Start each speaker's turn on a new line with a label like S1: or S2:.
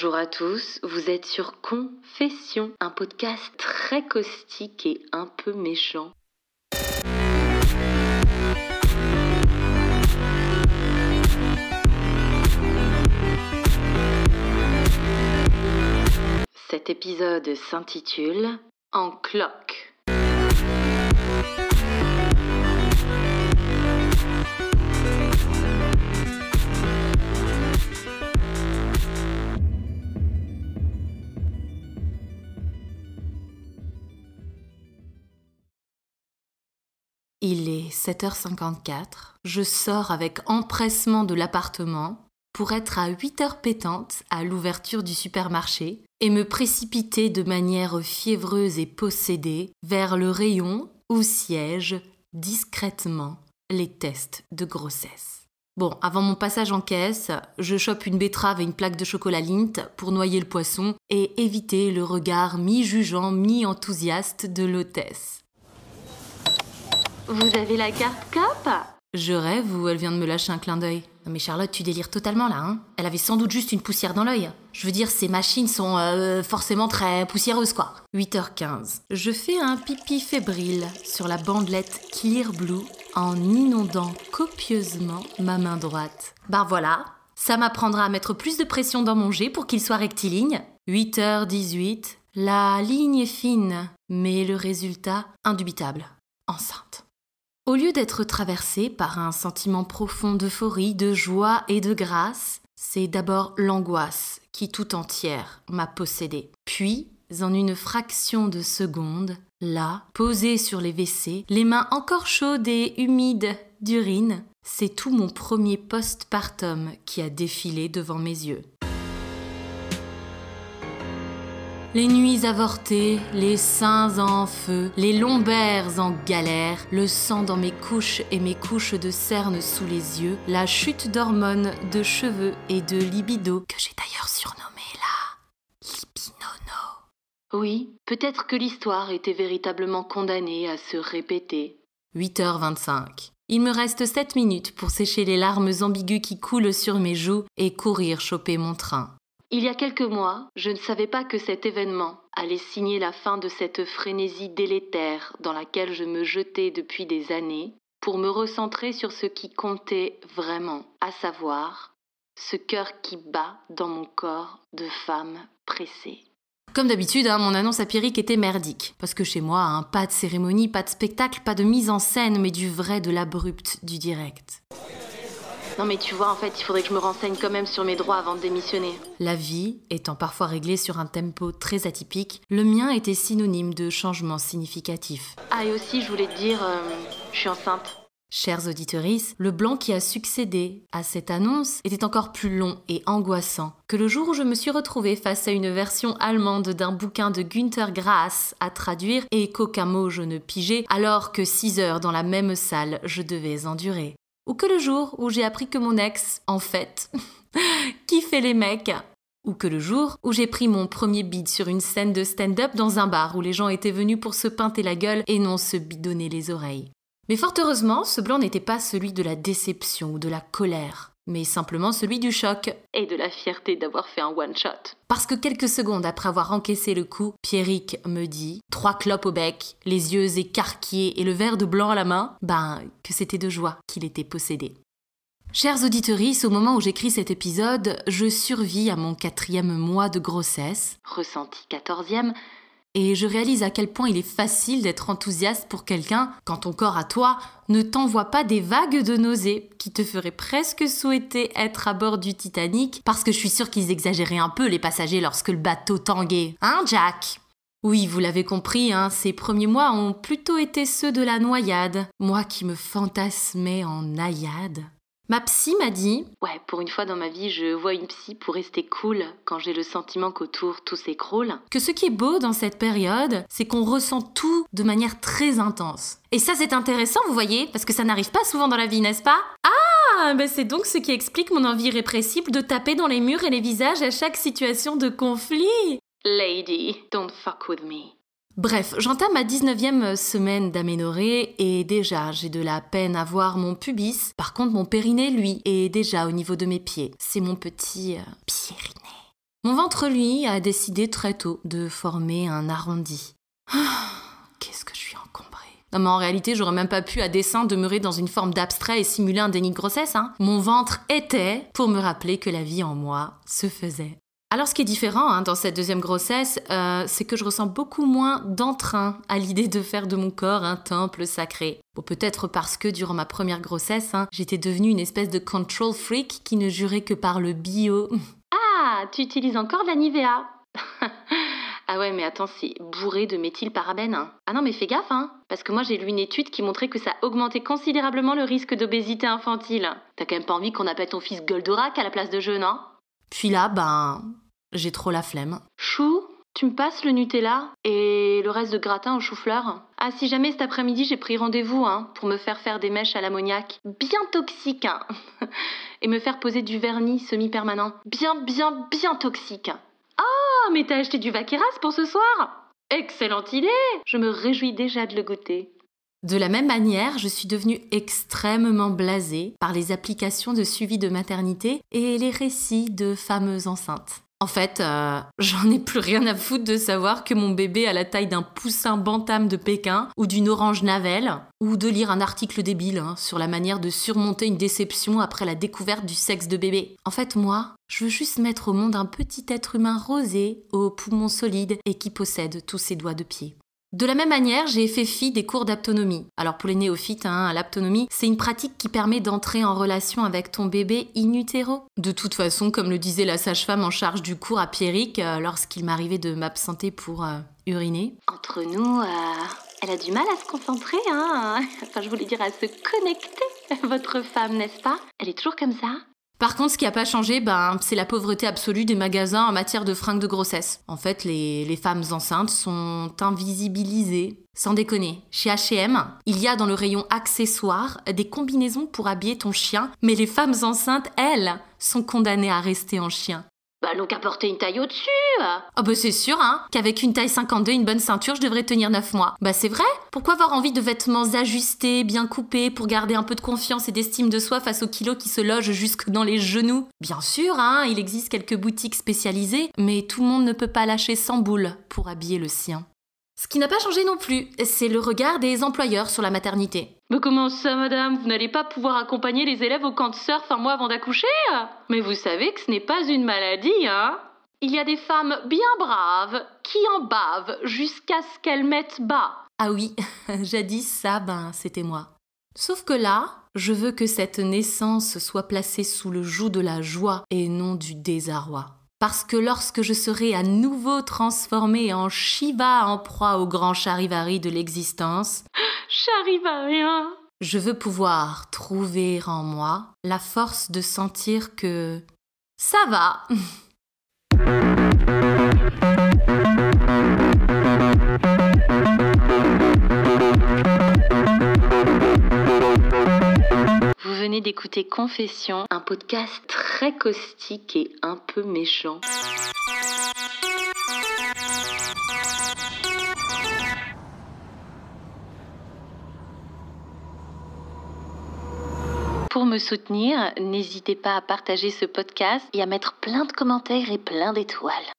S1: Bonjour à tous, vous êtes sur Confession, un podcast très caustique et un peu méchant. Cet épisode s'intitule « En cloque ». Il est 7h54, je sors avec empressement de l'appartement pour être à 8h pétantes à l'ouverture du supermarché et me précipiter de manière fiévreuse et possédée vers le rayon où siègent discrètement les tests de grossesse. Bon, avant mon passage en caisse, je chope une betterave et une plaque de chocolat Lindt pour noyer le poisson et éviter le regard mi-jugeant, mi-enthousiaste de l'hôtesse. Vous avez la carte COP ? Je rêve ou elle vient de me lâcher un clin d'œil ? Non mais Charlotte, tu délires totalement là, hein ? Elle avait sans doute juste une poussière dans l'œil. Je veux dire, ces machines sont forcément très poussiéreuses quoi. 8h15. Je fais un pipi fébrile sur la bandelette Clear Blue en inondant copieusement ma main droite. Ben voilà, ça m'apprendra à mettre plus de pression dans mon jet pour qu'il soit rectiligne. 8h18. La ligne est fine, mais le résultat indubitable. Enceinte. Au lieu d'être traversée par un sentiment profond d'euphorie, de joie et de grâce, c'est d'abord l'angoisse qui tout entière m'a possédée. Puis, en une fraction de seconde, là, posée sur les WC, les mains encore chaudes et humides d'urine, c'est tout mon premier postpartum qui a défilé devant mes yeux. Les nuits avortées, les seins en feu, les lombaires en galère, le sang dans mes couches et mes couches de cernes sous les yeux, la chute d'hormones, de cheveux et de libido, que j'ai d'ailleurs surnommé la lipinono. Oui, peut-être que l'histoire était véritablement condamnée à se répéter. 8h25. Il me reste 7 minutes pour sécher les larmes ambiguës qui coulent sur mes joues et courir choper mon train. Il y a quelques mois, je ne savais pas que cet événement allait signer la fin de cette frénésie délétère dans laquelle je me jetais depuis des années pour me recentrer sur ce qui comptait vraiment, à savoir ce cœur qui bat dans mon corps de femme pressée. Comme d'habitude, mon annonce à Pierrick était merdique. Parce que chez moi, pas de cérémonie, pas de spectacle, pas de mise en scène, mais du vrai, de l'abrupt, du direct. Non mais tu vois, en fait, il faudrait que je me renseigne quand même sur mes droits avant de démissionner. La vie étant parfois réglée sur un tempo très atypique, le mien était synonyme de changement significatif. Ah et aussi, je voulais te dire, je suis enceinte. Chères auditrices, le blanc qui a succédé à cette annonce était encore plus long et angoissant que le jour où je me suis retrouvée face à une version allemande d'un bouquin de Günter Grass à traduire et qu'aucun mot je ne pigeais alors que 6 heures dans la même salle je devais endurer. Ou que le jour où j'ai appris que mon ex, en fait, kiffait les mecs. Ou que le jour où j'ai pris mon premier bide sur une scène de stand-up dans un bar où les gens étaient venus pour se pinter la gueule et non se bidonner les oreilles. Mais fort heureusement, ce blanc n'était pas celui de la déception ou de la colère, mais simplement celui du choc et de la fierté d'avoir fait un one-shot. Parce que quelques secondes après avoir encaissé le coup, Pierrick me dit, 3 clopes au bec, les yeux écarquillés et le verre de blanc à la main, que c'était de joie qu'il était possédé. Chères auditrices, au moment où j'écris cet épisode, je survis à mon 4e mois de grossesse, ressenti 14e, et je réalise à quel point il est facile d'être enthousiaste pour quelqu'un quand ton corps à toi ne t'envoie pas des vagues de nausées qui te feraient presque souhaiter être à bord du Titanic parce que je suis sûre qu'ils exagéraient un peu les passagers lorsque le bateau tanguait. Hein, Jack ? Oui, vous l'avez compris, ces premiers mois ont plutôt été ceux de la noyade. Moi qui me fantasmais en naïade. Ma psy m'a dit « Ouais, pour une fois dans ma vie, je vois une psy pour rester cool quand j'ai le sentiment qu'autour tout s'écroule. » Que ce qui est beau dans cette période, c'est qu'on ressent tout de manière très intense. Et ça, c'est intéressant, vous voyez, parce que ça n'arrive pas souvent dans la vie, n'est-ce pas ? C'est donc ce qui explique mon envie irrépressible de taper dans les murs et les visages à chaque situation de conflit. Lady, don't fuck with me. Bref, j'entame ma 19e semaine d'aménorrhée et déjà j'ai de la peine à voir mon pubis. Par contre, mon périnée, lui, est déjà au niveau de mes pieds. C'est mon petit Pierrinet. Mon ventre, lui, a décidé très tôt de former un arrondi. Qu'est-ce que je suis encombrée. Non mais en réalité, j'aurais même pas pu à dessein demeurer dans une forme d'abstrait et simuler un déni de grossesse. Mon ventre était pour me rappeler que la vie en moi se faisait. Alors ce qui est différent dans cette deuxième grossesse, c'est que je ressens beaucoup moins d'entrain à l'idée de faire de mon corps un temple sacré. Bon, peut-être parce que durant ma première grossesse, j'étais devenue une espèce de control freak qui ne jurait que par le bio. Ah, tu utilises encore de la Nivea. Ah ouais, mais attends, c'est bourré de méthylparabène. Ah non, mais fais gaffe, parce que moi j'ai lu une étude qui montrait que ça augmentait considérablement le risque d'obésité infantile. T'as quand même pas envie qu'on appelle ton fils Goldorak à la place de jeu, non? Puis là, j'ai trop la flemme. Chou, tu me passes le Nutella et le reste de gratin au chou-fleur? Ah, si jamais cet après-midi j'ai pris rendez-vous pour me faire des mèches à l'ammoniac. Bien toxique, et me faire poser du vernis semi-permanent. Bien toxique. Oh, mais t'as acheté du Vaqueras pour ce soir? Excellente idée! Je me réjouis déjà de le goûter. De la même manière, je suis devenue extrêmement blasée par les applications de suivi de maternité et les récits de femmes enceintes. En fait, j'en ai plus rien à foutre de savoir que mon bébé a la taille d'un poussin bantam de Pékin ou d'une orange navelle, ou de lire un article débile sur la manière de surmonter une déception après la découverte du sexe de bébé. En fait, moi, je veux juste mettre au monde un petit être humain rosé, aux poumons solides et qui possède tous ses doigts de pied. De la même manière, j'ai fait fi des cours d'aptonomie. Alors pour les néophytes, l'aptonomie, c'est une pratique qui permet d'entrer en relation avec ton bébé in utero. De toute façon, comme le disait la sage-femme en charge du cours à Pierrick, lorsqu'il m'arrivait de m'absenter pour uriner. Entre nous, elle a du mal à se concentrer, Enfin, je voulais dire à se connecter, votre femme, n'est-ce pas? Elle est toujours comme ça? Par contre, ce qui n'a pas changé, c'est la pauvreté absolue des magasins en matière de fringues de grossesse. En fait, les femmes enceintes sont invisibilisées. Sans déconner, chez H&M, il y a dans le rayon accessoires des combinaisons pour habiller ton chien, mais les femmes enceintes, elles, sont condamnées à rester en chien. Donc à porter une taille au-dessus. C'est sûr, qu'avec une taille 52 et une bonne ceinture, je devrais tenir 9 mois. C'est vrai. Pourquoi avoir envie de vêtements ajustés, bien coupés, pour garder un peu de confiance et d'estime de soi face aux kilos qui se logent jusque dans les genoux? Bien sûr, il existe quelques boutiques spécialisées, mais tout le monde ne peut pas lâcher 100 boules pour habiller le sien. Ce qui n'a pas changé non plus, c'est le regard des employeurs sur la maternité. Mais comment ça, madame? Vous n'allez pas pouvoir accompagner les élèves au camp de surf un mois avant d'accoucher? Mais vous savez que ce n'est pas une maladie, Il y a des femmes bien braves qui en bavent jusqu'à ce qu'elles mettent bas. Ah oui, jadis ça, c'était moi. Sauf que là, je veux que cette naissance soit placée sous le joug de la joie et non du désarroi. Parce que lorsque je serai à nouveau transformée en Shiva en proie au grand charivari de l'existence, Charivarien, je veux pouvoir trouver en moi la force de sentir que ça va. Vous venez d'écouter Confession, un podcast très caustique et un peu méchant. Pour me soutenir, n'hésitez pas à partager ce podcast et à mettre plein de commentaires et plein d'étoiles.